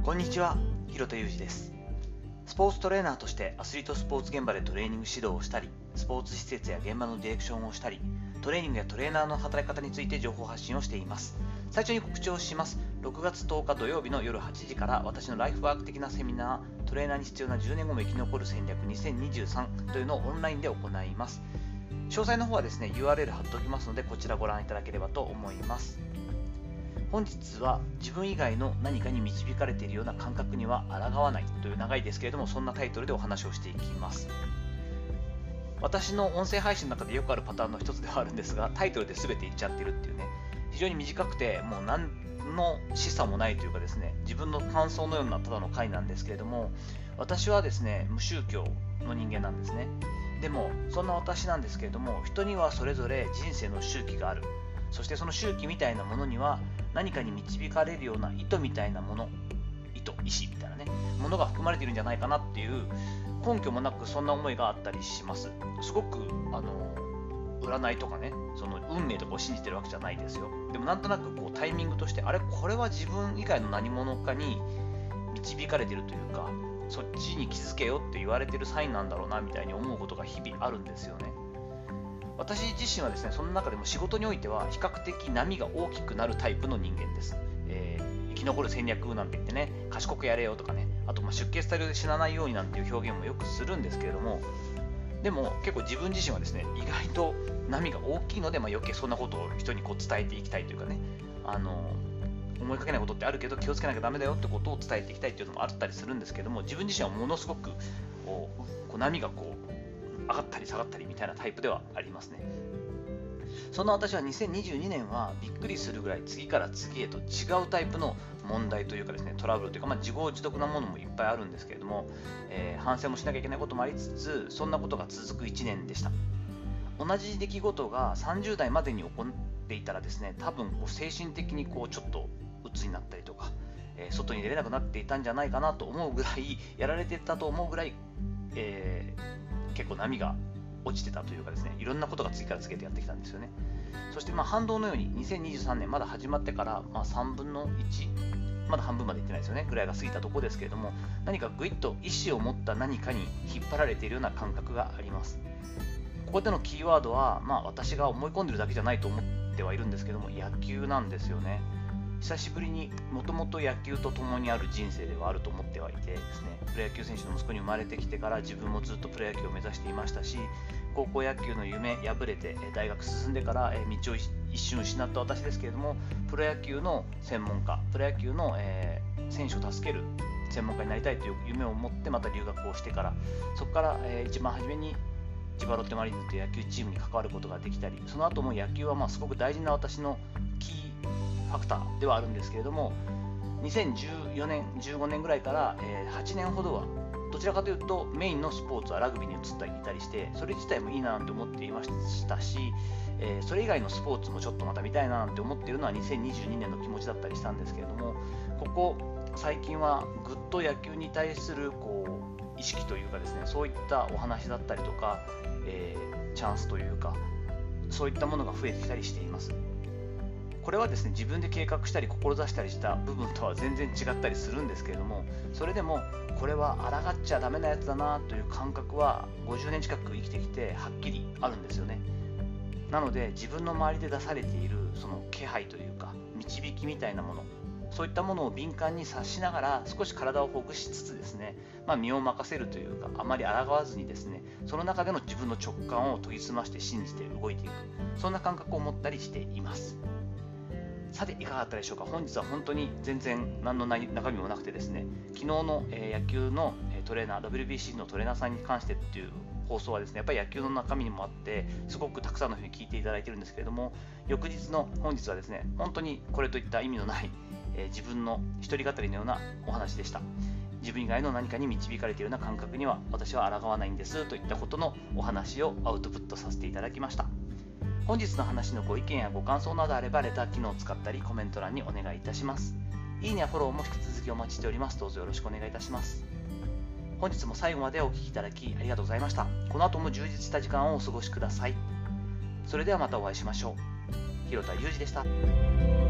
こんにちは、広田裕二です。スポーツトレーナーとしてアスリートスポーツ現場でトレーニング指導をしたり、スポーツ施設や現場のディレクションをしたり、トレーニングやトレーナーの働き方について情報発信をしています。最初に告知をします。6月10日土曜日の夜8時から私のライフワーク的なセミナー、トレーナーに必要な10年後も生き残る戦略2023というのをオンラインで行います。詳細の方はですね、URL 貼っておきますので、こちらご覧いただければと思います。本日は自分以外の何かに導かれているような感覚には抗わないという長いですけれども、そんなタイトルでお話をしていきます。私の音声配信の中でよくあるパターンの一つではあるんですが、タイトルで全て言っちゃってるっていうね、非常に短くてもう何の示唆もないというかですね、自分の感想のようなただの回なんですけれども、私はですね、無宗教の人間なんですね。でもそんな私なんですけれども、人にはそれぞれ人生の周期がある。そしてその周期みたいなものには何かに導かれるような意図みたいなもの、意思みたいなね、ものが含まれているんじゃないかなっていう根拠もなく、そんな思いがあったりします。すごく占いとかね、その運命とかを信じてるわけじゃないですよ。でもなんとなくこうタイミングとして、あれこれは自分以外の何者かに導かれているというか、そっちに気づけよって言われてるサインなんだろうなみたいに思うことが日々あるんですよね。私自身はですね、その中でも仕事においては比較的波が大きくなるタイプの人間です。生き残る戦略なんて言ってね、賢くやれよとかね、あと出血大量で死なないようになんていう表現もよくするんですけれども、でも結構自分自身はですね、意外と波が大きいので、余計そんなことを人にこう伝えていきたいというかね、思いかけないことってあるけど気をつけなきゃダメだよってことを伝えていきたいっていうのもあったりするんですけども、自分自身はものすごくこう波がこう上がったり下がったりみたいなタイプではありますね。そんな私は2022年はびっくりするぐらい次から次へと違うタイプの問題というかですね、トラブルというか、自業自得なものもいっぱいあるんですけれども、反省もしなきゃいけないこともありつつ、そんなことが続く1年でした。同じ出来事が30代までに起こっていたらですね、多分こう精神的にこうちょっと鬱になったりとか、外に出れなくなっていたんじゃないかなと思うぐらい、やられてたと思うぐらい、結構波が落ちてたというかですね、いろんなことが次から次へとやってきたんですよね。そして反動のように2023年まだ始まってから3分の1、まだ半分までいってないですよねぐらいが過ぎたところですけれども、何かぐいっと意志を持った何かに引っ張られているような感覚があります。ここでのキーワードは、私が思い込んでるだけじゃないと思ってはいるんですけども、野球なんですよね。久しぶりにもともと野球と共にある人生ではあると思ってはいてですね、プロ野球選手の息子に生まれてきてから自分もずっとプロ野球を目指していましたし、高校野球の夢破れて大学進んでから道を一瞬失った私ですけれども、プロ野球の専門家、プロ野球の選手を助ける専門家になりたいという夢を持ってまた留学をしてから、そこから一番初めに千葉ロッテマリーンズという野球チームに関わることができたり、その後も野球はすごく大事な私のキーファクターではあるんですけれども、2014年、15年ぐらいから8年ほどはどちらかというとメインのスポーツはラグビーに移っていたりして、それ自体もいいななんて思っていましたし、それ以外のスポーツもちょっとまた見たいななんて思っているのは2022年の気持ちだったりしたんですけれども、ここ最近はぐっと野球に対する意識というかですね、そういったお話だったりとか、チャンスというか、そういったものが増えてきたりしています。これはですね、自分で計画したり志したりした部分とは全然違ったりするんですけれども、それでもこれは抗っちゃダメなやつだなという感覚は50年近く生きてきてはっきりあるんですよね。なので自分の周りで出されているその気配というか導きみたいなもの、そういったものを敏感に察しながら少し体をほぐしつつですね、身を任せるというか、あまり抗わずにですね、その中での自分の直感を研ぎ澄まして信じて動いていく、そんな感覚を持ったりしています。さていかがだったでしょうか。本日は本当に全然何の中身もなくてですね、昨日の野球のトレーナー、 WBC のトレーナーさんに関してっていう放送はですね、やっぱり野球の中身にもあってすごくたくさんの人に聞いていただいているんですけれども、翌日の本日はですね、本当にこれといった意味のない自分の一人語りのようなお話でした。自分以外の何かに導かれているような感覚には私は抗わないんですといったことのお話をアウトプットさせていただきました。本日の話のご意見やご感想などあればレター機能を使ったりコメント欄にお願いいたします。いいねやフォローも引き続きお待ちしております。どうぞよろしくお願いいたします。本日も最後までお聞きいただきありがとうございました。この後も充実した時間をお過ごしください。それではまたお会いしましょう。広田裕二でした。